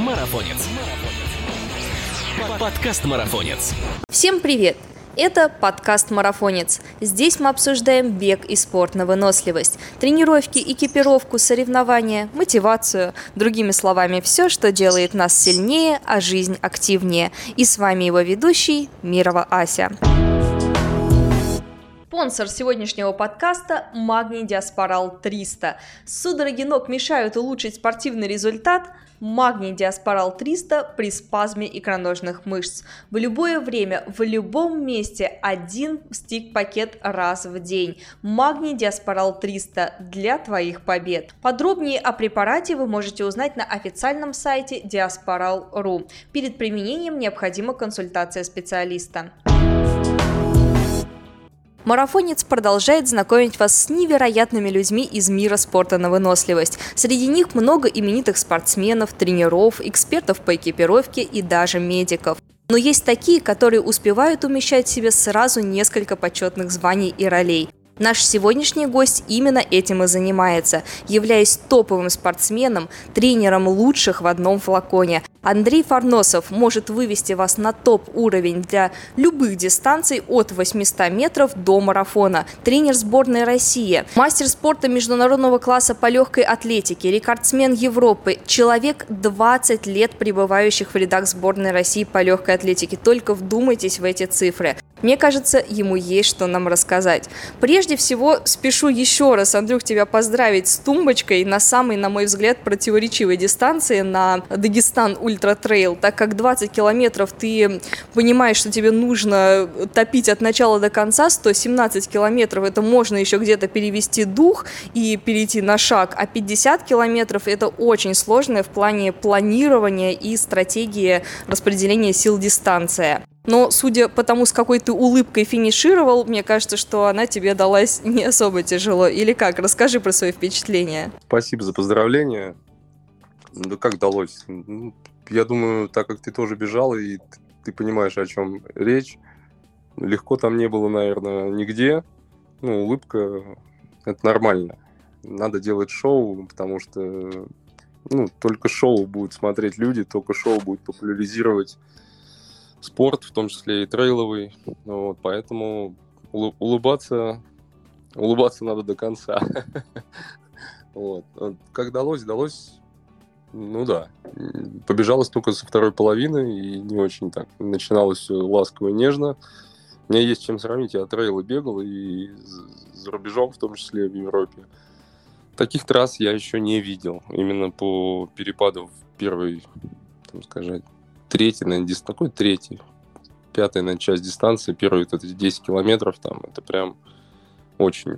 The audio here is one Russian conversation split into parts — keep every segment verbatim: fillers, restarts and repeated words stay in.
Марафонец. Подкаст «Марафонец». Всем привет! Это подкаст «Марафонец». Здесь мы обсуждаем бег и спорт на выносливость, тренировки, экипировку, соревнования, мотивацию. Другими словами, все, что делает нас сильнее, а жизнь активнее. И с вами его ведущий Мирова Ася. Спонсор сегодняшнего подкаста – Магний Диаспорал триста. Судороги ног мешают улучшить спортивный результат? Магний Диаспорал триста при спазме икроножных мышц. В любое время, в любом месте один стик-пакет раз в день. Магний Диаспорал триста для твоих побед. Подробнее о препарате вы можете узнать на официальном сайте диаспорал точка ру. Перед применением необходима консультация специалиста. Марафонец продолжает знакомить вас с невероятными людьми из мира спорта на выносливость. Среди них много именитых спортсменов, тренеров, экспертов по экипировке и даже медиков. Но есть такие, которые успевают умещать в себе сразу несколько почетных званий и ролей. Наш сегодняшний гость именно этим и занимается, являясь топовым спортсменом, тренером лучших в одном флаконе. Андрей Фарносов может вывести вас на топ-уровень для любых дистанций от восьмисот метров до марафона. Тренер сборной России, мастер спорта международного класса по легкой атлетике, рекордсмен Европы, человек двадцать лет пребывающих в рядах сборной России по легкой атлетике. Только вдумайтесь в эти цифры. Мне кажется, ему есть что нам рассказать. Прежде всего, спешу еще раз, Андрюх, тебя поздравить с тумбочкой на самой, на мой взгляд, противоречивой дистанции на Дагестан Ультра Трейл, так как двадцать километров ты понимаешь, что тебе нужно топить от начала до конца, сто семнадцать километров это можно еще где-то перевести дух и перейти на шаг, а пятьдесят километров это очень сложное в плане планирования и стратегии распределения сил дистанция. Но, судя по тому, с какой ты улыбкой финишировал, мне кажется, что она тебе далась не особо тяжело. Или как? Расскажи про свои впечатления. Спасибо за поздравления. Да как далось? Я думаю, так как ты тоже бежал, и ты понимаешь, о чем речь, легко там не было, наверное, нигде. Ну, улыбка – это нормально. Надо делать шоу, потому что ну, только шоу будут смотреть люди, только шоу будет популяризировать спорт, в том числе и трейловый, вот, поэтому улыбаться, улыбаться надо до конца. Вот. Как далось, далось, ну да, побежалось только со второй половины, и не очень так, начиналось все ласково и нежно. У меня есть чем сравнить, я трейлы бегал, и за рубежом, в том числе в Европе. Таких трасс я еще не видел, именно по перепаду в первой, там сказать, третий, наверное, дис... такой третий, пятая, наверное, часть дистанции, первые вот эти десять километров, там, это прям очень,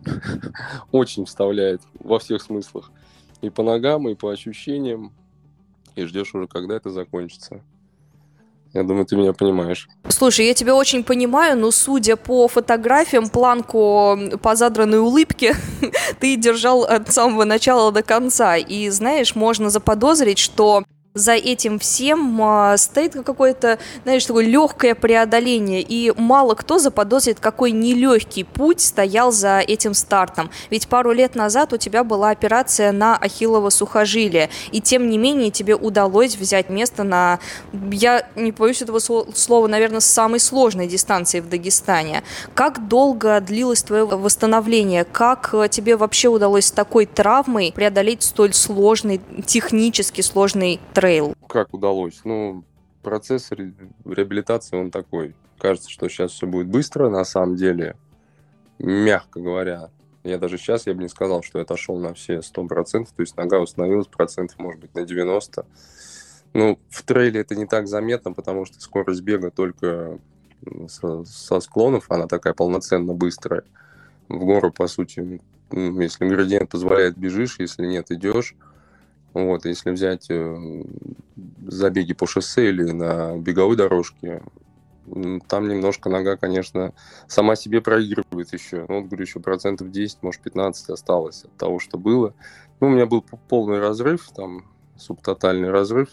очень вставляет во всех смыслах. И по ногам, и по ощущениям, и ждешь уже, когда это закончится. Я думаю, ты меня понимаешь. Слушай, я тебя очень понимаю, но судя по фотографиям, планку по задранной улыбке ты держал от самого начала до конца. И, знаешь, можно заподозрить, что за этим всем а, стоит какое-то, знаешь, такое легкое преодоление, и мало кто заподозрит, какой нелегкий путь стоял за этим стартом. Ведь пару лет назад у тебя была операция на ахиллово сухожилие, и тем не менее тебе удалось взять место на, я не боюсь этого слова, наверное, самой сложной дистанции в Дагестане. Как долго длилось твое восстановление? Как тебе вообще удалось с такой травмой преодолеть столь сложный, технически сложный трейл? Как удалось? Ну, процесс ре- реабилитации, он такой. Кажется, что сейчас все будет быстро, на самом деле, мягко говоря. Я даже сейчас, я бы не сказал, что я отошел на все сто процентов, то есть нога восстановилась процентов, может быть, на девяносто. Ну, в трейле это не так заметно, потому что скорость бега только со, со склонов, она такая полноценно быстрая. В гору, по сути, если градиент позволяет, бежишь, если нет, идешь. Вот, если взять э, забеги по шоссе или на беговой дорожке, там немножко нога, конечно, сама себе проигрывает еще. Ну, вот, говорю, еще процентов десять, может, пятнадцать осталось от того, что было. Ну, у меня был полный разрыв, там, субтотальный разрыв.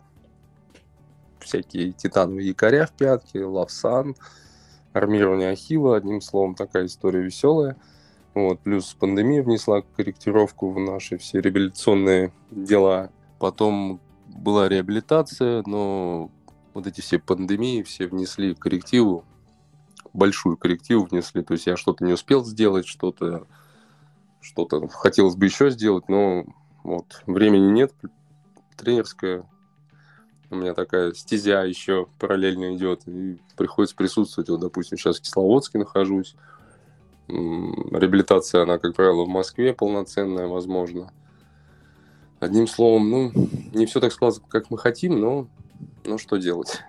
Всякие титановые якоря в пятке, лавсан, армирование ахилла, одним словом, такая история веселая. Вот, плюс пандемия внесла корректировку в наши все реабилитационные дела. Потом была реабилитация, но вот эти все пандемии, все внесли коррективу, большую коррективу внесли. То есть я что-то не успел сделать, что-то что-то хотелось бы еще сделать, но вот времени нет. Тренерская у меня такая стезя еще параллельно идет, и приходится присутствовать. Вот, допустим, сейчас в Кисловодске нахожусь. Реабилитация, она, как правило, в Москве полноценная, возможно. Одним словом, ну, не все так складывается, как мы хотим, но, но что делать?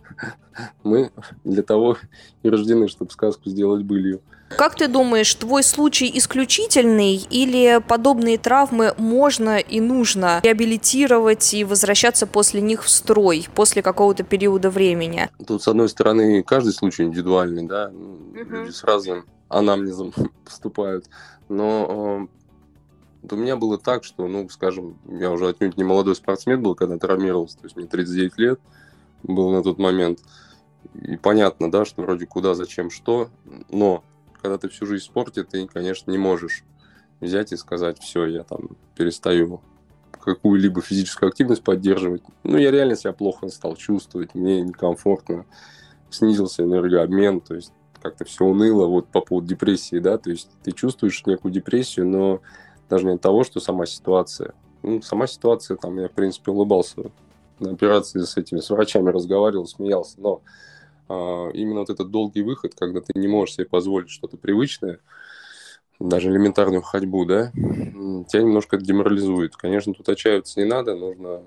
Мы для того и рождены, чтобы сказку сделать былью. Как ты думаешь, твой случай исключительный или подобные травмы можно и нужно реабилитировать и возвращаться после них в строй, после какого-то периода времени? Тут, с одной стороны, каждый случай индивидуальный, да, Мгм. люди с разным анамнезом поступают, но э, у меня было так, что, ну, скажем, я уже отнюдь не молодой спортсмен был, когда травмировался, то есть мне тридцать девять лет было на тот момент, и понятно, да, что вроде куда, зачем, что, но когда ты всю жизнь в спорте, ты, конечно, не можешь взять и сказать, все, я там перестаю какую-либо физическую активность поддерживать. Ну, я реально себя плохо стал чувствовать, мне некомфортно, снизился энергообмен, то есть как-то все уныло, вот по поводу депрессии, да, то есть ты чувствуешь некую депрессию, но даже не от того, что сама ситуация. Ну, сама ситуация, там, я, в принципе, улыбался на операции с этими, с врачами разговаривал, смеялся, но а, именно вот этот долгий выход, когда ты не можешь себе позволить что-то привычное, даже элементарную ходьбу, да, тебя немножко деморализует. Конечно, тут отчаиваться не надо, нужно,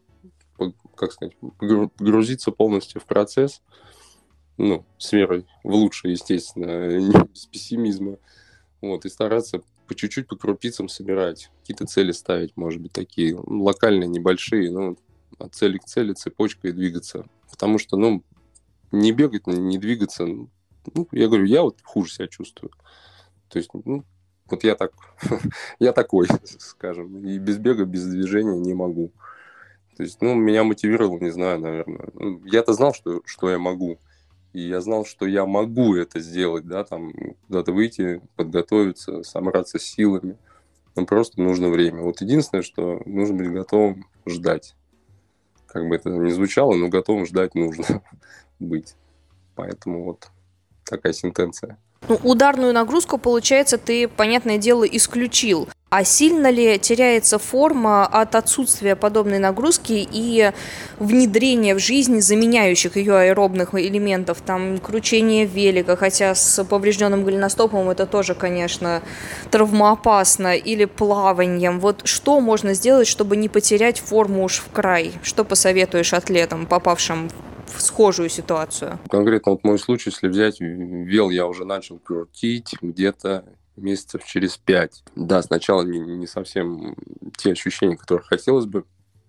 как сказать, погрузиться полностью в процесс, ну, с верой в лучшее, естественно, не без пессимизма, вот, и стараться по чуть-чуть, по крупицам собирать, какие-то цели ставить, может быть, такие локальные, небольшие, ну, от цели к цели, цепочкой двигаться, потому что, ну, не бегать, не двигаться, ну, я говорю, я вот хуже себя чувствую. То есть, ну, вот я так, я такой, скажем, и без бега, без движения не могу. То есть, ну, меня мотивировало, не знаю, наверное. Ну, я-то знал, что, что я могу. И я знал, что я могу это сделать, да, там, куда-то выйти, подготовиться, собраться с силами. Но просто нужно время. Вот единственное, что нужно быть готовым ждать. Как бы это ни звучало, но готовым ждать нужно быть. Поэтому вот такая сентенция. Ну, ударную нагрузку, получается, ты, понятное дело, исключил. А сильно ли теряется форма от отсутствия подобной нагрузки и внедрения в жизнь заменяющих ее аэробных элементов, там, кручение велика, хотя с поврежденным голеностопом это тоже, конечно, травмоопасно, или плаванием. Вот что можно сделать, чтобы не потерять форму уж в край? Что посоветуешь атлетам, попавшим в схожую ситуацию? Конкретно вот мой случай, если взять, вел я уже начал крутить где-то месяцев через пять. Да, сначала не, не совсем те ощущения, которые хотелось бы.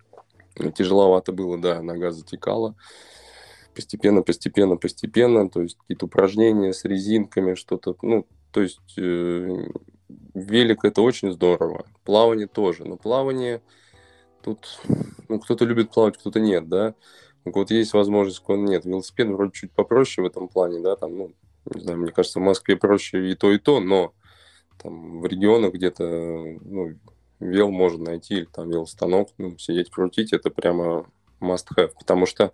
Тяжеловато было, да, нога затекала. Постепенно, постепенно, постепенно. То есть какие-то упражнения с резинками, что-то. Ну, то есть э, велик это очень здорово. Плавание тоже. Но плавание тут, ну, кто-то любит плавать, кто-то нет, да. Вот есть возможность, кого нет. Велосипед вроде чуть попроще в этом плане, да, там, ну, не знаю, мне кажется, в Москве проще и то, и то, но там в регионах где-то, ну, вел можно найти, или там велостанок, ну, сидеть крутить, это прямо must have, потому что,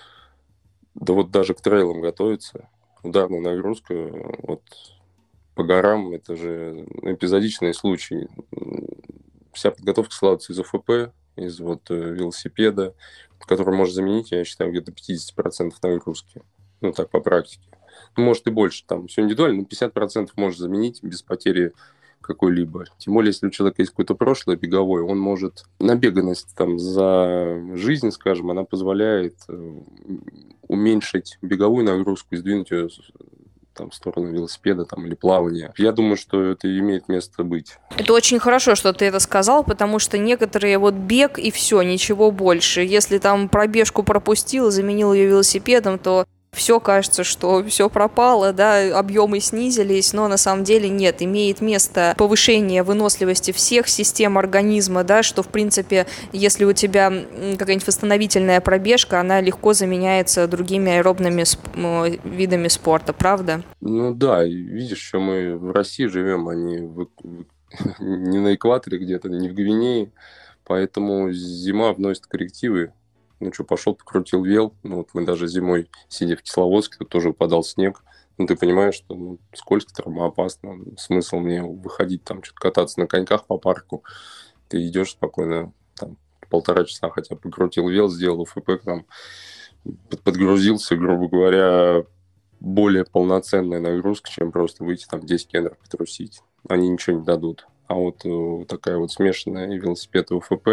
да вот даже к трейлам готовиться, ударная нагрузка, вот по горам, это же эпизодичные случаи. Вся подготовка складывается из ОФП, из вот велосипеда, который может заменить, я считаю, где-то пятьдесят процентов нагрузки. Ну, так, по практике. Ну, может и больше, там, все индивидуально, но пятьдесят процентов может заменить без потери какой-либо. Тем более, если у человека есть какое-то прошлое беговое, он может... Набеганность там за жизнь, скажем, она позволяет уменьшить беговую нагрузку и сдвинуть ее там, в сторону велосипеда там, или плавания. Я думаю, что это имеет место быть. Это очень хорошо, что ты это сказал, потому что некоторые вот бег и все, ничего больше. Если там пробежку пропустил, заменил ее велосипедом, то все кажется, что все пропало, да, объемы снизились, но на самом деле нет, имеет место повышение выносливости всех систем организма, да, что в принципе, если у тебя какая-нибудь восстановительная пробежка, она легко заменяется другими аэробными сп- видами спорта, правда? Ну да, видишь, что мы в России живем, а не, в, в, не на экваторе где-то, не в Гвинее, Поэтому зима вносит коррективы. Ну что, пошел, покрутил вел. Ну, вот мы даже зимой, сидя в Кисловодске, тут тоже упадал снег. Ну, ты понимаешь, что ну, скользко, травмоопасно. Смысл мне выходить там, что-то кататься на коньках по парку. Ты идешь спокойно, там, полтора часа хотя бы покрутил вел, сделал УФП, там, подгрузился, грубо говоря, более полноценная нагрузка, чем просто выйти там десять километров потрусить. Они ничего не дадут. А вот э, такая вот смешанная велосипед и УФП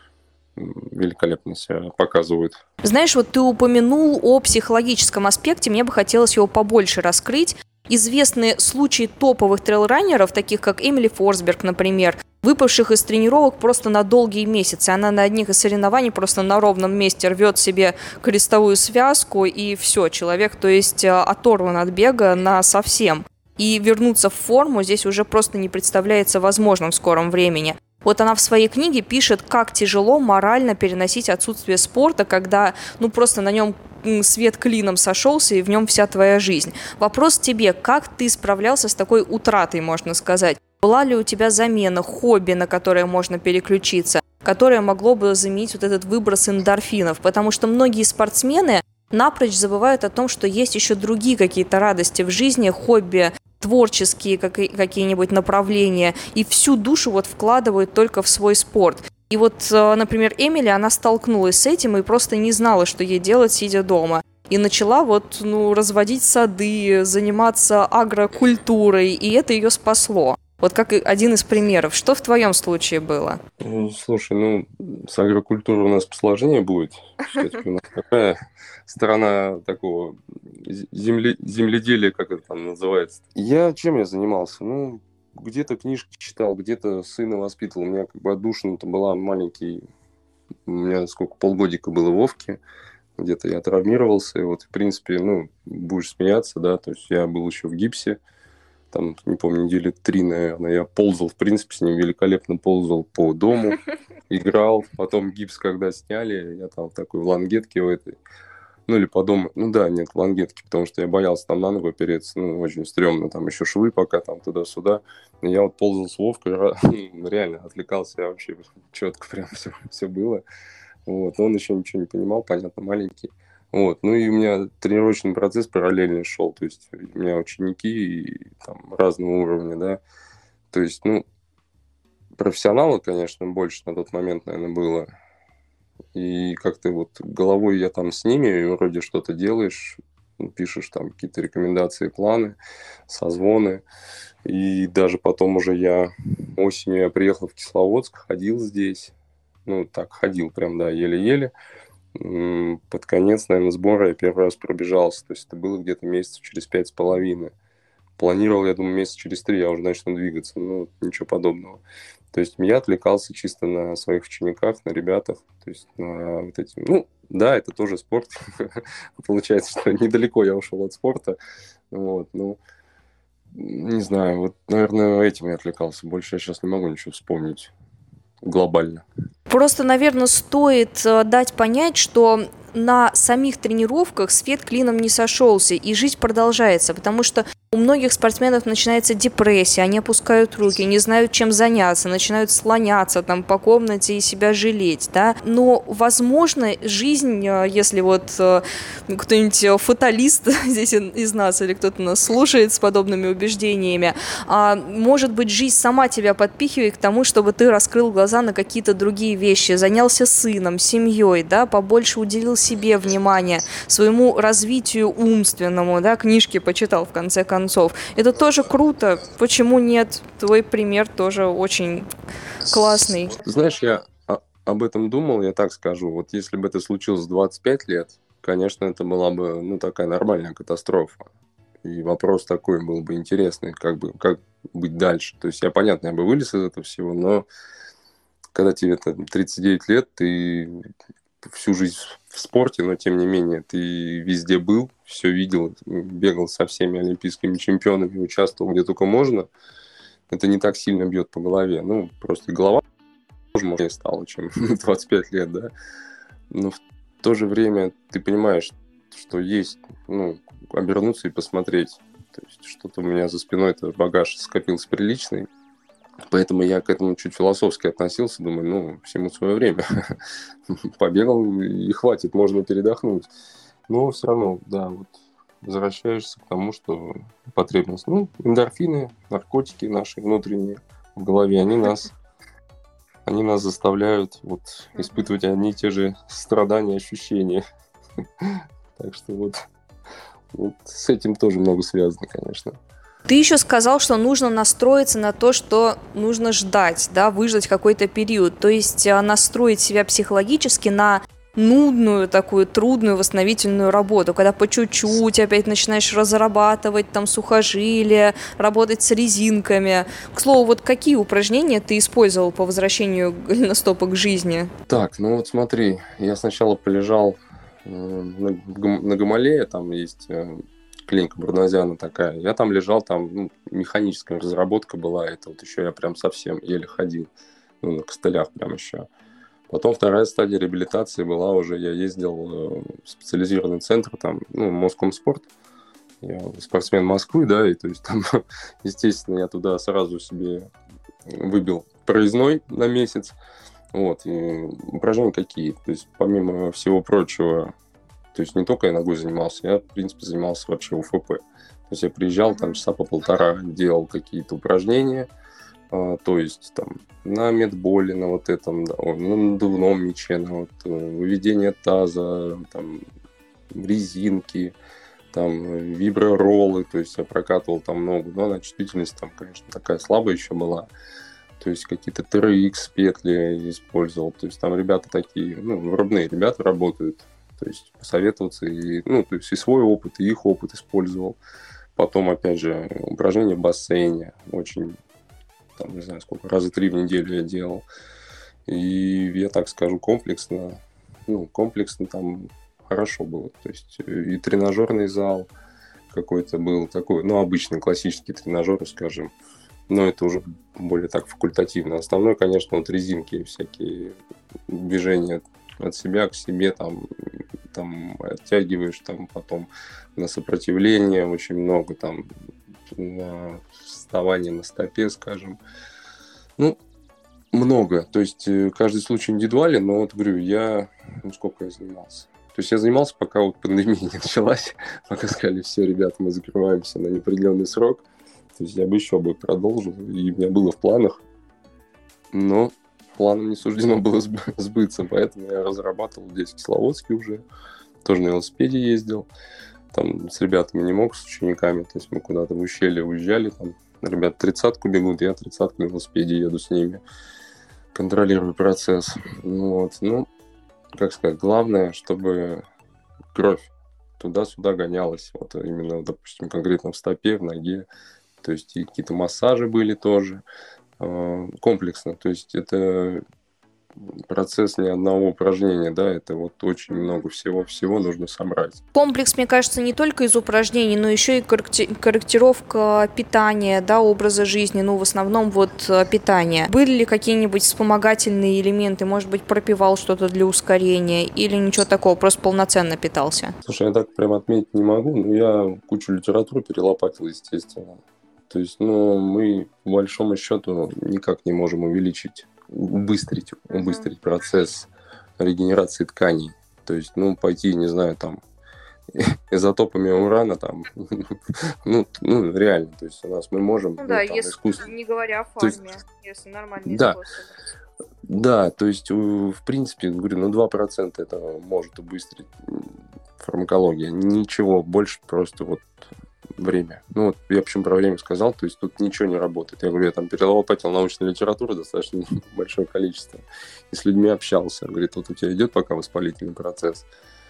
великолепно себя показывают. Знаешь, вот ты упомянул о психологическом аспекте, мне бы хотелось его побольше раскрыть. Известны случаи топовых трейлранеров, таких как Эмили Форсберг, например, выпавших из тренировок просто на долгие месяцы. Она на одних из соревнований просто на ровном месте рвет себе крестовую связку, и все, человек, то есть, оторван от бега на совсем. И вернуться в форму здесь уже просто не представляется возможным в скором времени. Вот она в своей книге пишет, как тяжело морально переносить отсутствие спорта, когда ну просто на нем свет клином сошелся, и в нем вся твоя жизнь. Вопрос тебе, как ты справлялся с такой утратой, можно сказать? Была ли у тебя замена, хобби, на которое можно переключиться, которое могло бы заменить вот этот выброс эндорфинов? Потому что многие спортсмены напрочь забывают о том, что есть еще другие какие-то радости в жизни, хобби, творческие какие-нибудь направления, и всю душу вот вкладывают только в свой спорт. И вот, например, Эмили, она столкнулась с этим и просто не знала, что ей делать, сидя дома. И начала вот, ну, разводить сады, заниматься агрокультурой, и это ее спасло. Вот как один из примеров. Что в твоем случае было? Слушай, ну, с агрокультурой у нас посложнее будет. Все-таки у нас такая страна такого земле, земледелия, как это там называется. Я чем я занимался? Ну, где-то книжки читал, где-то сына воспитывал. У меня как бы отдушина-то была маленький. У меня сколько, полгодика было Вовки. Где-то я травмировался. И вот, в принципе, ну, будешь смеяться, да, то есть я был еще в гипсе. Там, не помню, недели три, наверное, я ползал, в принципе, с ним великолепно ползал по дому, играл. Потом гипс, когда сняли, я там такой в лангетке в этой, ну или по дому, ну да, нет, в лангетке, потому что я боялся там на ногу опереться, ну, очень стрёмно, там еще швы пока там туда-сюда. И я вот ползал с Вовкой, реально отвлекался, я вообще четко прям все, все было. Вот, но он еще ничего не понимал, понятно, маленький. Вот. Ну и у меня тренировочный процесс параллельно шел, то есть у меня ученики и, там, разного уровня, да, то есть, ну, профессионалов, конечно, больше на тот момент, наверное, было, и как-то вот головой я там с ними, и вроде что-то делаешь, пишешь там какие-то рекомендации, планы, созвоны, и даже потом уже я осенью я приехал в Кисловодск, ходил здесь, ну, так, ходил прям, да, еле-еле. Под конец, наверное, сбора я первый раз пробежался. То есть это было где-то месяца через пять с половиной. Планировал, я думаю, месяц через три я уже начну двигаться. Ну, ничего подобного. То есть я отвлекался чисто на своих учениках, на ребятах. То есть на вот эти... Ну, да, это тоже спорт. Получается, что недалеко я ушел от спорта. Вот, ну, не знаю. Вот, наверное, этим я отвлекался. Больше я сейчас не могу ничего вспомнить глобально. Просто, наверное, стоит дать понять, что на самих тренировках свет клином не сошелся, и жизнь продолжается, потому что у многих спортсменов начинается депрессия, они опускают руки, не знают, чем заняться, начинают слоняться там по комнате и себя жалеть, да. Но, возможно, жизнь, если вот кто-нибудь фаталист здесь из нас или кто-то нас слушает с подобными убеждениями, может быть, жизнь сама тебя подпихивает к тому, чтобы ты раскрыл глаза на какие-то другие вещи, занялся сыном, семьей, да, побольше уделил себе внимание, своему развитию умственному, да, книжки почитал в конце концов. Это тоже круто. Почему нет? Твой пример тоже очень классный. Знаешь, я об этом думал, я так скажу. Вот если бы это случилось в двадцать пять лет, конечно, это была бы, ну, такая нормальная катастрофа. И вопрос такой был бы интересный, как бы, как быть дальше. То есть я, понятно, я бы вылез из этого всего, но когда тебе там тридцать девять лет, ты всю жизнь в спорте, но тем не менее ты везде был, все видел, бегал со всеми олимпийскими чемпионами, участвовал где только можно, это не так сильно бьет по голове. Ну, просто голова тоже мощнее стала, чем двадцать пять лет, да. Но в то же время ты понимаешь, что есть, ну, обернуться и посмотреть. То есть что-то у меня за спиной, это багаж скопился приличный. Поэтому я к этому чуть философски относился, думаю, ну, всему свое время. Побегал и хватит, можно передохнуть. Но все равно, да, вот возвращаешься к тому, что потребность. Ну, эндорфины, наркотики наши внутренние в голове, они нас, они нас заставляют вот испытывать одни и те же страдания, ощущения. Так что вот, вот с этим тоже много связано, конечно. Ты еще сказал, что нужно настроиться на то, что нужно ждать, да, выждать какой-то период. То есть настроить себя психологически на нудную, такую трудную восстановительную работу, когда по чуть-чуть опять начинаешь разрабатывать там сухожилия, работать с резинками. К слову, вот какие упражнения ты использовал по возвращению голеностопа к жизни? Так, ну вот смотри, я сначала полежал э, на, на Гамалее, там есть э, клиника Барназяна такая. Я там лежал, там ну, механическая разработка была, это вот еще я прям совсем еле ходил, ну, на костылях прям еще. Потом вторая стадия реабилитации была уже, я ездил в специализированный центр, там, ну, Москомспорт. Я спортсмен Москвы, да, и то есть там, естественно, я туда сразу себе выбил проездной на месяц. Вот, и упражнения какие? То есть, помимо всего прочего, то есть не только я ногой занимался, я, в принципе, занимался вообще УФП. То есть я приезжал, там, часа по полтора делал какие-то упражнения, то есть там на медболе, на вот этом, да, на надувном мяче, на вот выведение таза, там резинки, там вибророллы, то есть я прокатывал там ногу, но она чувствительность там, конечно, такая слабая еще была, то есть какие-то тэ эр икс петли использовал, то есть там ребята такие, ну, вырубные ребята работают, то есть посоветоваться, и, ну, то есть и свой опыт, и их опыт использовал. Потом, опять же, упражнения в бассейне, очень там, не знаю, сколько, раза три в неделю я делал. И я так скажу, комплексно, ну, комплексно там хорошо было. То есть и тренажерный зал какой-то был такой, ну, обычный классический тренажер, скажем. Но это уже более так факультативно. Основное, конечно, вот резинки, всякие движения от себя к себе, там, там оттягиваешь, там потом на сопротивление очень много, там, на вставание на стопе, скажем. Ну, много. То есть каждый случай индивидуален, но вот говорю, я... Ну, сколько я занимался? То есть я занимался, пока вот пандемия не началась, пока сказали, все, ребята, мы закрываемся на неопределенный срок. То есть я бы еще бы продолжил, и у меня было в планах, но планам не суждено было сбыться, поэтому я разрабатывал здесь в Кисловодске уже, тоже на велосипеде ездил. Там с ребятами не мог, с учениками, то есть мы куда-то в ущелье уезжали, там ребята тридцатку бегут, я тридцатку на велосипеде еду с ними, контролирую процесс. Вот. Ну, как сказать, главное, чтобы кровь туда-сюда гонялась, вот именно, допустим, конкретно в стопе, в ноге, то есть и какие-то массажи были тоже, комплексно, то есть это процесс не одного упражнения, да, это вот очень много всего-всего нужно собрать. Комплекс, мне кажется, не только из упражнений, но еще и корректировка питания, да, образа жизни, ну, в основном вот питание. Были ли какие-нибудь вспомогательные элементы, может быть, пропивал что-то для ускорения или ничего такого, просто полноценно питался? Слушай, я так прям отметить не могу, но я кучу литературы перелопатил, естественно. То есть, ну, мы, по большому счету, никак не можем увеличить убыстрить, убыстрить uh-huh. процесс регенерации тканей. То есть, ну, пойти, не знаю, там, изотопами урана, там, ну, ну, реально, то есть у нас мы можем... Ну, ну, да, там, если, искусство... не говоря о фарме, есть... если нормальные да. способы. Да, то есть, в принципе, говорю, ну, два процента это может убыстрить фармакология. Ничего, больше просто вот время. Ну, вот я почему про время сказал, то есть тут ничего не работает. Я говорю, я там перелопатил научную литературу достаточно большое количество, и с людьми общался. Говорит, вот у тебя идет пока воспалительный процесс,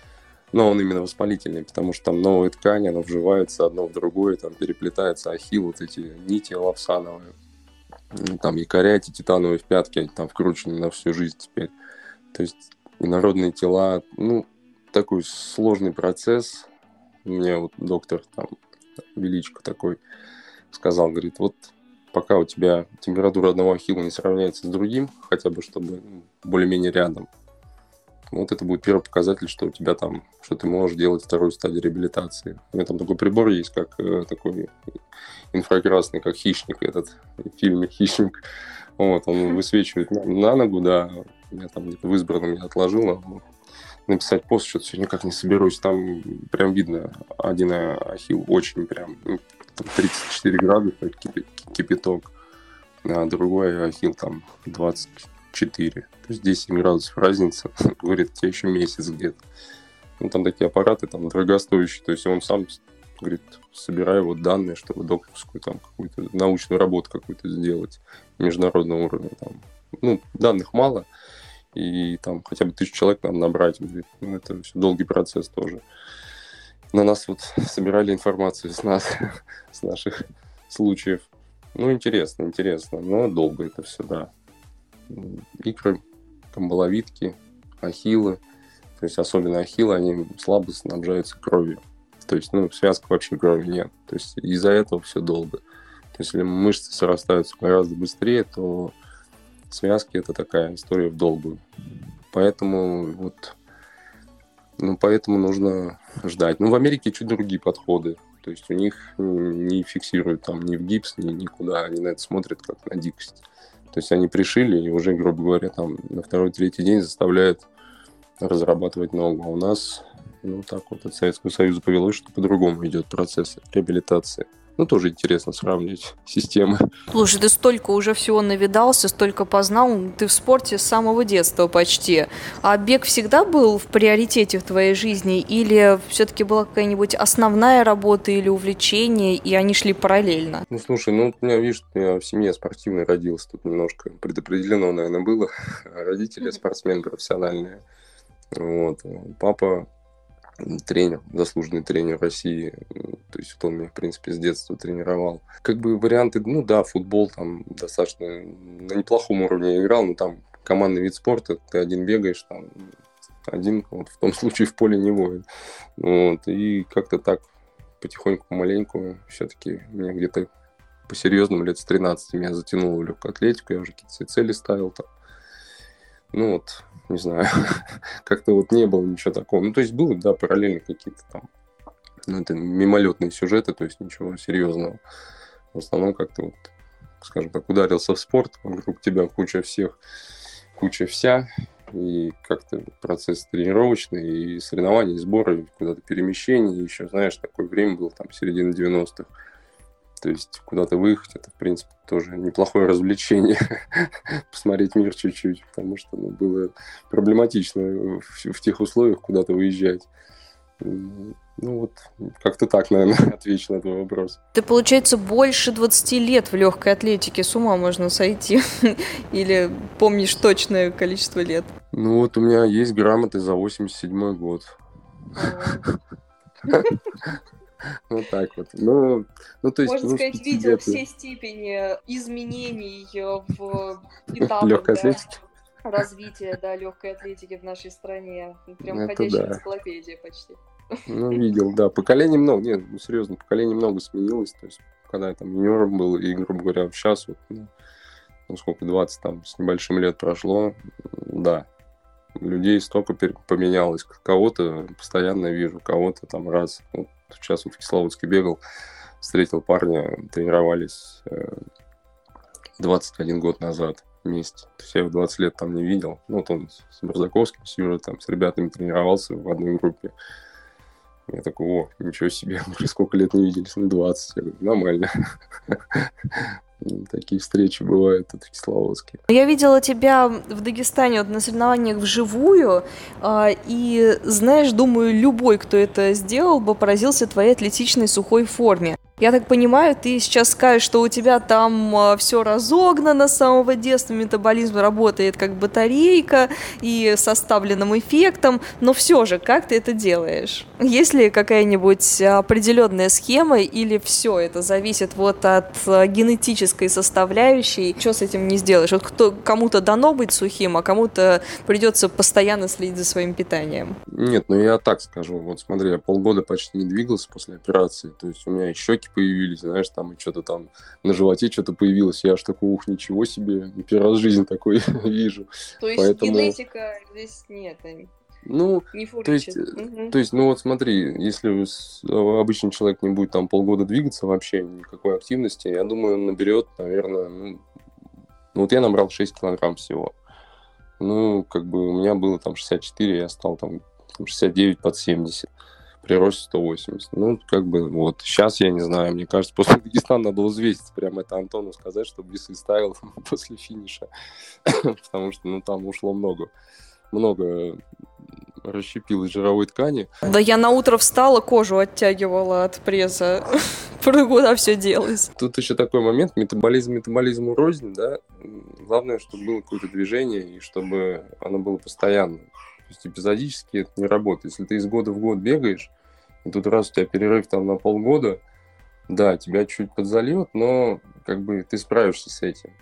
но он именно воспалительный, потому что там новые ткани, оно вживается одно в другое, там переплетается ахилл, вот эти нити лапсановые, там якоря эти титановые в пятке, там вкручены на всю жизнь теперь. То есть инородные тела, ну, такой сложный процесс. Мне вот доктор там Величко такой сказал, говорит, вот пока у тебя температура одного ахилла не сравняется с другим, хотя бы чтобы более-менее рядом, Вот это будет первый показатель, что у тебя там, что ты можешь делать вторую стадию реабилитации. У меня там такой прибор есть, как э, такой инфракрасный, как хищник этот, в фильме «Хищник». Вот, он высвечивает на, на ногу, да. Я там где-то в избранном я отложил, а написать пост, что-то все никак не соберусь. Там прям видно один ахилл очень прям, ну, тридцать четыре градуса, кипяток, а другой ахилл там двадцать четыре. То есть десять градусов разница. Говорит, тебе еще месяц где-то. Ну, там такие аппараты там дорогостоящие. То есть он сам говорит, собираю вот данные, чтобы докторскую там какую-то научную работу какую-то сделать международного уровня. Там. Ну, данных мало. И там хотя бы тысячу человек нам набрать. Говорит, ну, это все долгий процесс тоже. На нас вот собирали информацию с нас, с наших случаев. Ну, интересно, интересно. Но долго это все, да. Икры, камбаловидки, ахиллы. То есть особенно ахиллы, они слабо снабжаются кровью. То есть, ну, в связках вообще крови нет. То есть из-за этого все долго. То есть если мышцы срастаются гораздо быстрее, то связки это такая история в долгую. Поэтому вот, ну, поэтому нужно ждать. Ну, в Америке чуть другие подходы. То есть у них не фиксируют там ни в гипс, ни никуда. Они на это смотрят как на дикость. То есть они пришили и уже, грубо говоря, там на второй-третий день заставляют разрабатывать ногу. А у нас, ну, так вот от Советского Союза повелось, что по-другому идет процесс реабилитации. Ну, тоже интересно сравнивать системы. Слушай, ты столько уже всего навидался, столько познал, ты в спорте с самого детства почти. А бег всегда был в приоритете в твоей жизни? Или все-таки была какая-нибудь основная работа или увлечение, и они шли параллельно? Ну, слушай, ну, у меня, видишь, я в семье спортивной родился, тут немножко предопределено, наверное, было. Родители спортсмены профессиональные. Вот. Папа тренер, заслуженный тренер России. То есть вот он меня, в принципе, с детства тренировал. Как бы варианты, ну да, футбол там достаточно на неплохом уровне я играл, но там командный вид спорта, ты один бегаешь, там один, вот в том случае в поле не воин. Вот, и как-то так потихоньку, помаленьку, все-таки меня где-то по-серьезному лет с тринадцати меня затянуло в легкую атлетику, я уже какие-то цели ставил там. Ну вот, не знаю, как-то вот не было ничего такого. Ну, то есть было, да, параллельно какие-то там, ну, это мимолетные сюжеты, то есть ничего серьезного. В основном как-то вот, скажем так, ударился в спорт, вокруг тебя куча всех, куча вся, и как-то процесс тренировочный, и соревнований, и сборы, куда-то перемещений, еще, знаешь, такое время было, там, середина девяностых. То есть куда-то выехать, это, в принципе, тоже неплохое развлечение. Посмотреть мир чуть-чуть, потому что ну, было проблематично в, в тех условиях куда-то выезжать. Ну вот, как-то так, наверное, отвечу на твой вопрос. Ты, получается, больше двадцати лет в легкой атлетике, с ума можно сойти. Или помнишь точное количество лет? Ну вот у меня есть грамоты за восемьдесят седьмой год. Вот так вот. Ну, ну, то есть, можно ну, сказать, видел все степени изменений в этапах да, развития да, легкой атлетики в нашей стране. Прям это ходячая да. энциклопедия почти. Ну, видел, да. Поколений много. Нет, ну, серьезно, поколений много сменилось. То есть, когда я там юниором был, и, грубо говоря, сейчас, вот, ну, ну, сколько, двадцать там с небольшим лет прошло, да. Людей столько поменялось. Кого-то постоянно вижу, кого-то там раз. Вот, сейчас вот в Кисловодске бегал, встретил парня, тренировались двадцать один год назад вместе. То есть я его двадцать лет там не видел. Ну, вот он с Барзаковским, с Юрой, там, с ребятами тренировался в одной группе. Я такой, о, ничего себе, мы уже сколько лет не виделись, ну, двадцать. Я говорю, нормально. Такие встречи бывают тут в Кисловодске. Я видела тебя в Дагестане вот, на соревнованиях вживую, и, знаешь, думаю, любой, кто это сделал бы, поразился твоей атлетичной сухой форме. Я так понимаю, ты сейчас скажешь, что у тебя там все разогнано с самого детства, метаболизм работает как батарейка и с оставленным эффектом, но все же, как ты это делаешь? Есть ли какая-нибудь определенная схема или все это зависит вот от генетической составляющей? Что с этим не сделаешь? Вот кто, кому-то дано быть сухим, а кому-то придется постоянно следить за своим питанием. Нет, ну я так скажу. Вот смотри, я полгода почти не двигался после операции, то есть у меня и щеки появились, знаешь, там и что-то там на животе что-то появилось. Я аж такой, ух, ничего себе, первый раз в жизни такой вижу. То есть Поэтому... генетика здесь нет? Ну, Не то есть, фурычит. э, Мгм. то есть, ну вот смотри, если с- э, обычный человек не будет там полгода двигаться вообще, никакой активности, я думаю, он наберет, наверное, ну, ну вот я набрал шесть килограмм всего. Ну, как бы у меня было там шестьдесят четыре, я стал там там шестьдесят девять под семьдесят. При росте сто восемьдесят. Ну, как бы, вот. Сейчас я не знаю, мне кажется, после Дагестана надо взвеситься. Прямо это Антону сказать, чтобы весы ставил после финиша. Потому что, ну, там ушло много. Много расщепилось жировой ткани. Да я на утро встала, кожу оттягивала от пресса. Куда все делось. Тут еще такой момент, метаболизм метаболизму рознь, да. Главное, чтобы было какое-то движение, и чтобы оно было постоянно. То есть эпизодически это не работает. Если ты из года в год бегаешь, и тут раз у тебя перерыв там на полгода, да, тебя чуть подзальет, но как бы ты справишься с этим.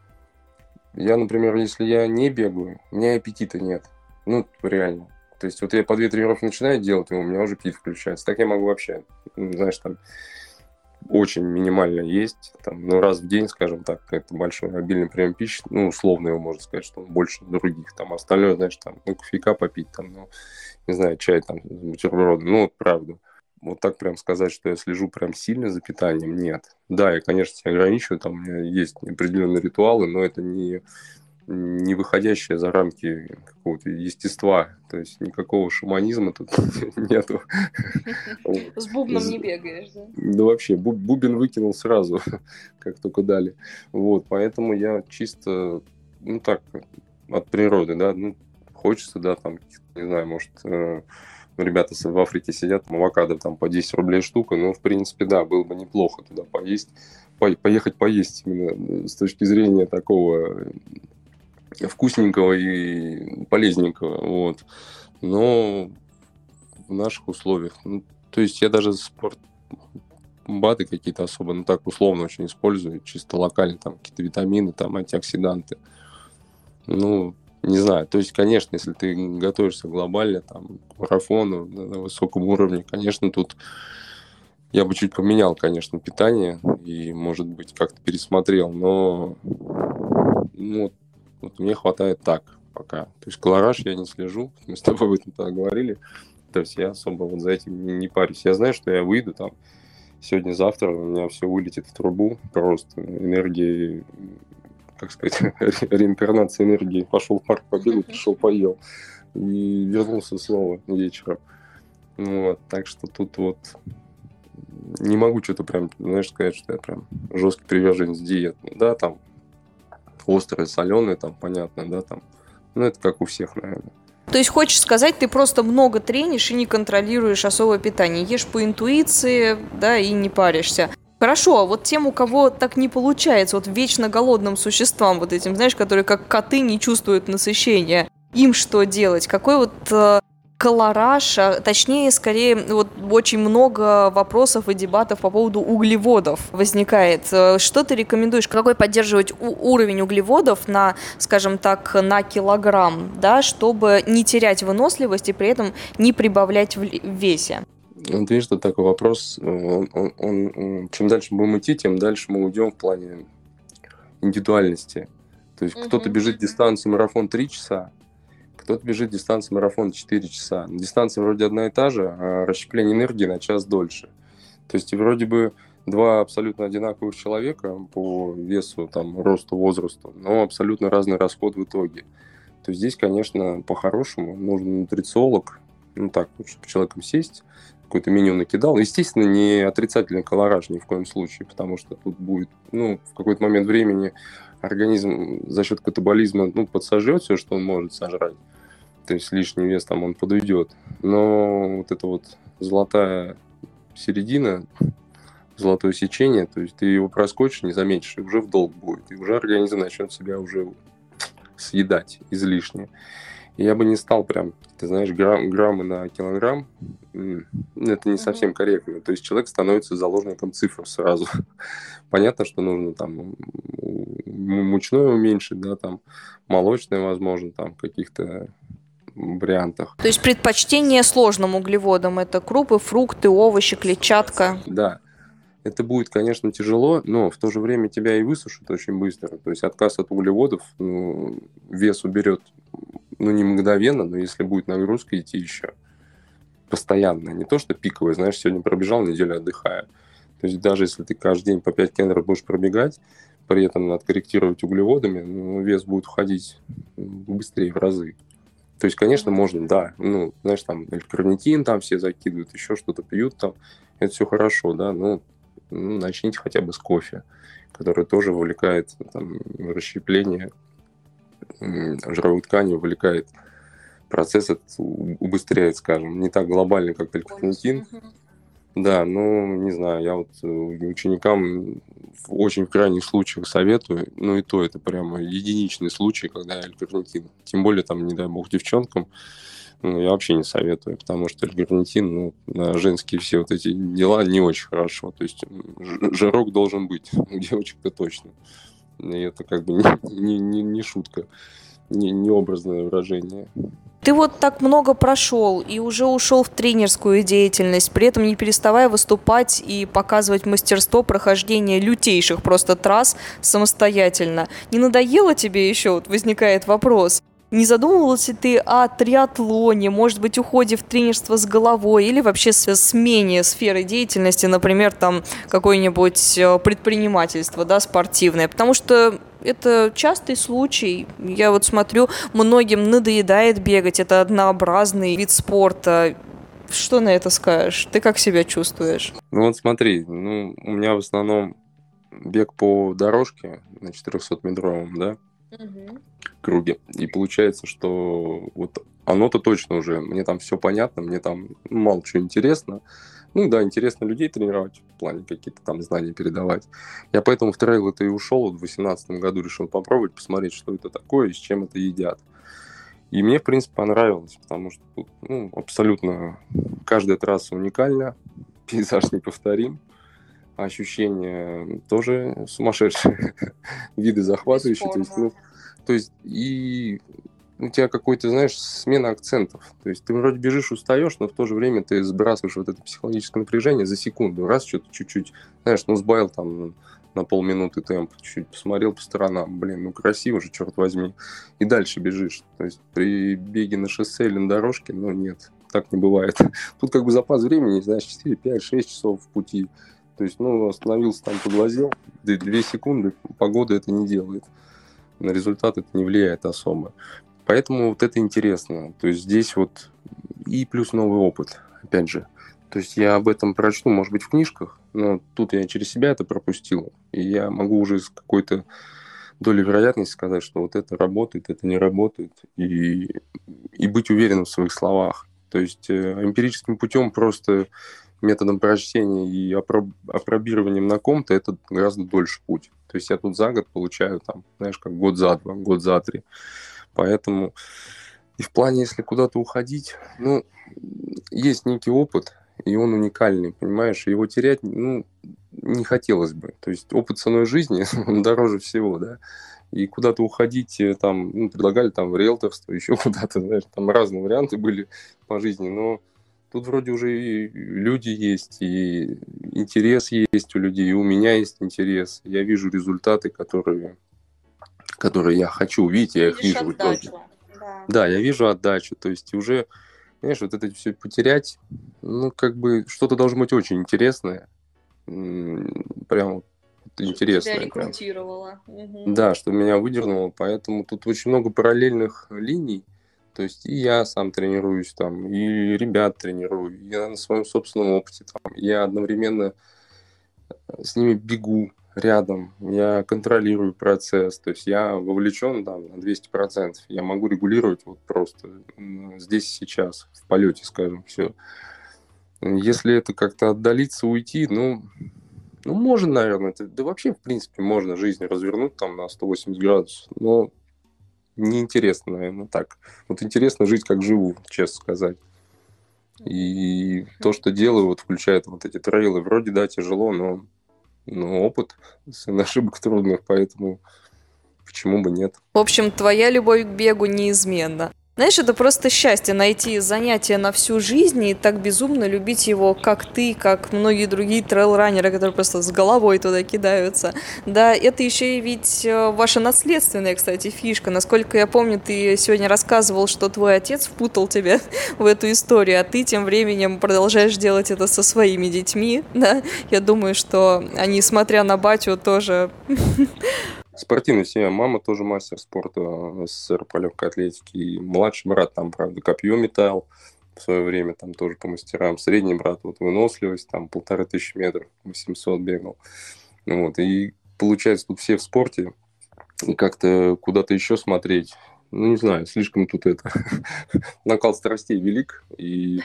Я, например, если я не бегаю, у меня аппетита нет. Ну, реально. То есть вот я по две тренировки начинаю делать, и у меня уже аппетит включается. Так я могу вообще, ну, знаешь, там очень минимально есть, там, ну, раз в день, скажем так, это большой обильный прием пищи, ну, условно его можно сказать, что он больше других, там, остальное, знаешь, там, ну, кофейка попить, там, ну, не знаю, чай, там, бутерброды, ну, вот правда. Вот так прям сказать, что я слежу прям сильно за питанием, нет. Да, я, конечно, себя ограничиваю, там у меня есть определенные ритуалы, но это не, не выходящее за рамки какого-то естества, то есть никакого шаманизма тут нету. Вот. С бубном не бегаешь, да? Да вообще, бу- бубен выкинул сразу, как только дали. Вот, поэтому я чисто, ну так, от природы, да, ну, хочется, да, там, не знаю, может, э, ну, ребята в Африке сидят, там, авокадо там по десять рублей штука, ну, в принципе, да, было бы неплохо туда поесть, по- поехать поесть именно с точки зрения такого вкусненького и полезненького, вот. Но в наших условиях, ну, то есть я даже спорт БАДы какие-то особо, ну так условно очень использую, чисто локально, там какие-то витамины, там антиоксиданты. Ну, не знаю, то есть, конечно, если ты готовишься глобально, там, к марафону на, на высоком уровне, конечно, тут я бы чуть поменял, конечно, питание и, может быть, как-то пересмотрел, но ну, вот, вот мне хватает так пока. То есть колораж я не слежу, мы с тобой об этом тогда говорили, то есть я особо вот за этим не, не парюсь. Я знаю, что я выйду там сегодня-завтра, у меня все вылетит в трубу, просто энергии, как сказать, реинкарнация энергии. Пошел в парк, побегал, пришел, поел и вернулся снова вечером. Вот, так что тут вот не могу что-то прям, знаешь, сказать, что я прям жесткий приверженец диет. Да, там острые, соленые, там понятно, да, там. Ну, это как у всех, наверное. То есть, хочешь сказать, ты просто много тренишь и не контролируешь особое питание. Ешь по интуиции, да, и не паришься. Хорошо, а вот тем, у кого так не получается, вот вечно голодным существам вот этим, знаешь, которые как коты не чувствуют насыщения, им что делать? Какой вот э, колораж, а, точнее, скорее, вот очень много вопросов и дебатов по поводу углеводов возникает. Э, Что ты рекомендуешь? Какой поддерживать у- уровень углеводов на, скажем так, на килограмм, да, чтобы не терять выносливость и при этом не прибавлять в ли- в весе? Вот видишь, это такой вопрос. Он, он- он, м, чем дальше будем идти, тем дальше мы уйдем в плане индивидуальности. То есть кто-то Мгм. бежит дистанцию марафон три часа, кто-то бежит дистанцию марафон четыре часа. Дистанция вроде одна и та же, а расщепление энергии на час дольше. То есть вроде бы два абсолютно одинаковых человека по весу, там, росту, возрасту, но абсолютно разный расход в итоге. То есть здесь, конечно, по-хорошему нужен нутрициолог, ну так, вот, чтобы человеком сесть, какой-то меню накидал. Естественно, не отрицательный колораж ни в коем случае, потому что тут будет, ну, в какой-то момент времени организм за счет катаболизма, ну, подсожрет все, что он может сожрать. То есть лишний вес там он подуйдет. Но вот эта вот золотая середина, золотое сечение, то есть ты его проскочишь, не заметишь, и уже в долг будет. И уже организм начнет себя уже съедать излишне. И я бы не стал прям, ты знаешь, грамм, граммы на килограмм, м, это не совсем корректно. То есть человек становится заложником цифр сразу. Понятно, что нужно там м, мучное уменьшить, да, там молочное, возможно, там в каких-то вариантах. То есть предпочтение сложным углеводам – это крупы, фрукты, овощи, клетчатка. Да, это будет, конечно, тяжело, но в то же время тебя и высушит очень быстро. То есть отказ от углеводов, ну, вес уберет ну, не мгновенно, но если будет нагрузка идти еще постоянно, не то что пиковая, знаешь, сегодня пробежал, неделю отдыхаю. То есть даже если ты каждый день по пять километров будешь пробегать, при этом надо корректировать углеводами, ну, вес будет уходить быстрее в разы. То есть, конечно, можно, да, ну, знаешь, там, карнитин там все закидывают, еще что-то пьют там, это все хорошо, да, но ну, начните хотя бы с кофе, который тоже вовлекает там, в расщепление м, жировой ткани, вовлекает процесс, этот у- убыстряет, скажем, не так глобально, как L-карнитин. Да, ну, не знаю, я вот э, ученикам в очень крайних случаях советую, ну и то это прямо единичный случай, когда L-карнитин, тем более там, не дай бог, девчонкам, ну, я вообще не советую, потому что L-карнитин, ну, на женские все вот эти дела не очень хорошо, то есть ж- жирок должен быть, у девочек-то точно, и это как бы не, не, не, не шутка, не, не образное выражение. Ты вот так много прошел и уже ушел в тренерскую деятельность, при этом не переставая выступать и показывать мастерство прохождения лютейших просто трасс самостоятельно. Не надоело тебе еще? Вот возникает вопрос. Не задумывался ли ты о триатлоне, может быть, уходе в тренерство с головой или вообще с- смене сферы деятельности, например, там какое-нибудь э, предпринимательство, да, спортивное? Потому что это частый случай. Я вот смотрю, многим надоедает бегать, это однообразный вид спорта. Что на это скажешь? Ты как себя чувствуешь? Ну вот смотри, ну, у меня в основном бег по дорожке на четырехсотметровом, да, круге. И получается, что вот оно-то точно уже, мне там все понятно, мне там мало чего интересно. Ну да, интересно людей тренировать, в плане какие-то там знания передавать. Я поэтому в трейл это и ушел, вот в две тысячи восемнадцатом году решил попробовать, посмотреть, что это такое и с чем это едят. И мне, в принципе, понравилось, потому что тут ну, абсолютно каждая трасса уникальна, пейзаж неповторим, ощущения тоже сумасшедшие, виды захватывающие. То есть, ну, то есть и у тебя какой-то, знаешь, смена акцентов. То есть ты вроде бежишь, устаешь, но в то же время ты сбрасываешь вот это психологическое напряжение за секунду. Раз что-то чуть-чуть, знаешь, ну сбавил там на полминуты темп, чуть-чуть посмотрел по сторонам, блин, ну красиво же, черт возьми. И дальше бежишь. То есть при беге на шоссе или на дорожке, ну нет, так не бывает. Тут как бы запас времени, знаешь, четыре, пять, шесть часов в пути. То есть, ну, остановился там, поглазел, две секунды, погода это не делает. На результат это не влияет особо. Поэтому вот это интересно. То есть здесь вот и плюс новый опыт, опять же. То есть я об этом прочту, может быть, в книжках, но тут я через себя это пропустил. И я могу уже с какой-то долей вероятности сказать, что вот это работает, это не работает. И, и быть уверенным в своих словах. То есть э, эмпирическим путем просто методом прочтения и апроб- апробированием на ком-то это гораздо дольше путь. То есть я тут за год получаю, там, знаешь, как год за два, год за три. Поэтому и в плане, если куда-то уходить, ну, есть некий опыт, и он уникальный, понимаешь, и его терять, ну, не хотелось бы. То есть опыт ценой жизни, он дороже всего, да. И куда-то уходить, э, там, ну, предлагали там в риэлторство, еще куда-то, знаешь, там разные варианты были по жизни, но тут вроде уже и люди есть, и интерес есть у людей, и у меня есть интерес. Я вижу результаты, которые, которые я хочу увидеть, я их Видишь вижу в итоге. отдачу. Да. Да, я вижу отдачу, то есть уже, знаешь, вот это все потерять, ну, как бы что-то должно быть очень интересное, м, прям вот Чтоб тебя интересное, прям. рекрутировала. Мгм. Да, что меня выдернуло, поэтому тут очень много параллельных линий, то есть и я сам тренируюсь там, и ребят тренирую, и я на своем собственном опыте там, я одновременно с ними бегу рядом, я контролирую процесс, то есть я вовлечен там на двести процентов, я могу регулировать вот просто м, здесь и сейчас, в полете, скажем, все. Если это как-то отдалиться, уйти, ну, ну, можно, наверное, это, да вообще, в принципе, можно жизнь развернуть там на сто восемьдесят градусов, но неинтересно, наверное, так. Вот интересно жить, как живу, честно сказать. И то, что делаю, вот включает вот эти трейлы, вроде, да, тяжело, но, но опыт, сын ошибок трудных, поэтому почему бы нет. В общем, твоя любовь к бегу неизменна. Знаешь, это просто счастье найти занятие на всю жизнь и так безумно любить его, как ты, как многие другие трейл-раннеры, которые просто с головой туда кидаются. Да, это еще и ведь э, ваша наследственная, кстати, фишка. Насколько я помню, ты сегодня рассказывал, что твой отец впутал тебя в эту историю, а ты тем временем продолжаешь делать это со своими детьми, да. Я думаю, что они, смотря на батю, тоже... Спортивная семья. Мама тоже мастер спорта СССР по легкой атлетике. И младший брат там, правда, копье метал в свое время, там тоже по мастерам. Средний брат, вот выносливость, там полторы тысячи метров, восемьсот бегал. Вот. И получается, тут все в спорте. И как-то куда-то еще смотреть, ну, не знаю, слишком тут это... накал страстей велик. И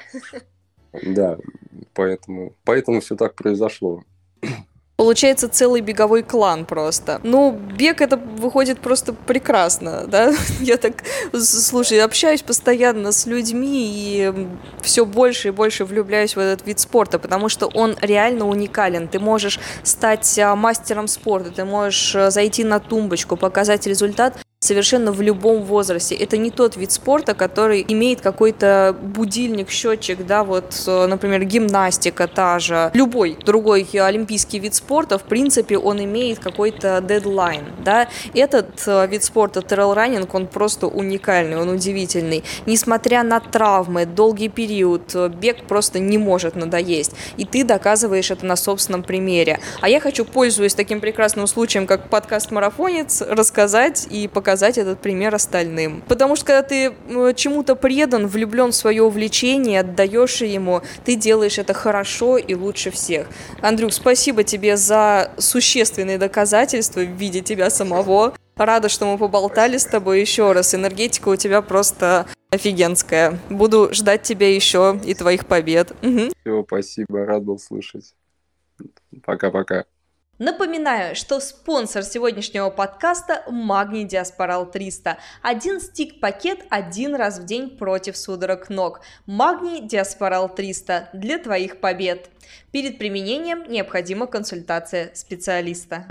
да, поэтому, поэтому все так произошло. Получается целый беговой клан просто. Ну, бег это выходит просто прекрасно, да? Я так, слушай, общаюсь постоянно с людьми и все больше и больше влюбляюсь в этот вид спорта, потому что он реально уникален. Ты можешь стать мастером спорта, ты можешь зайти на тумбочку, показать результат совершенно в любом возрасте. Это не тот вид спорта, который имеет какой-то будильник, счетчик, да, вот, например, гимнастика та же. Любой другой олимпийский вид спорта, в принципе, он имеет какой-то дедлайн, да. Этот вид спорта, трейл-раннинг, он просто уникальный, он удивительный. Несмотря на травмы, долгий период, бег просто не может надоесть. И ты доказываешь это на собственном примере. А я хочу, пользуясь таким прекрасным случаем, как подкаст «Марафонец», рассказать и показать этот пример остальным. Потому что когда ты чему-то предан, влюблен в свое увлечение, отдаешь ему, ты делаешь это хорошо и лучше всех. Андрюх, спасибо тебе за существенные доказательства в виде тебя самого. Рада, что мы поболтали с тобой еще раз. Энергетика у тебя просто офигенская. Буду ждать тебя еще и твоих побед. Угу. Все, спасибо, рад был слышать. Пока-пока. Напоминаю, что спонсор сегодняшнего подкаста – Магний Диаспорал триста. Один стик-пакет один раз в день против судорог ног. Магний Диаспорал триста для твоих побед. Перед применением необходима консультация специалиста.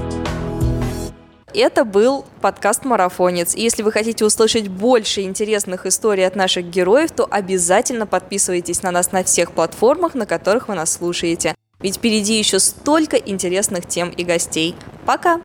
Это был подкаст «Марафонец». И если вы хотите услышать больше интересных историй от наших героев, то обязательно подписывайтесь на нас на всех платформах, на которых вы нас слушаете. Ведь впереди еще столько интересных тем и гостей. Пока!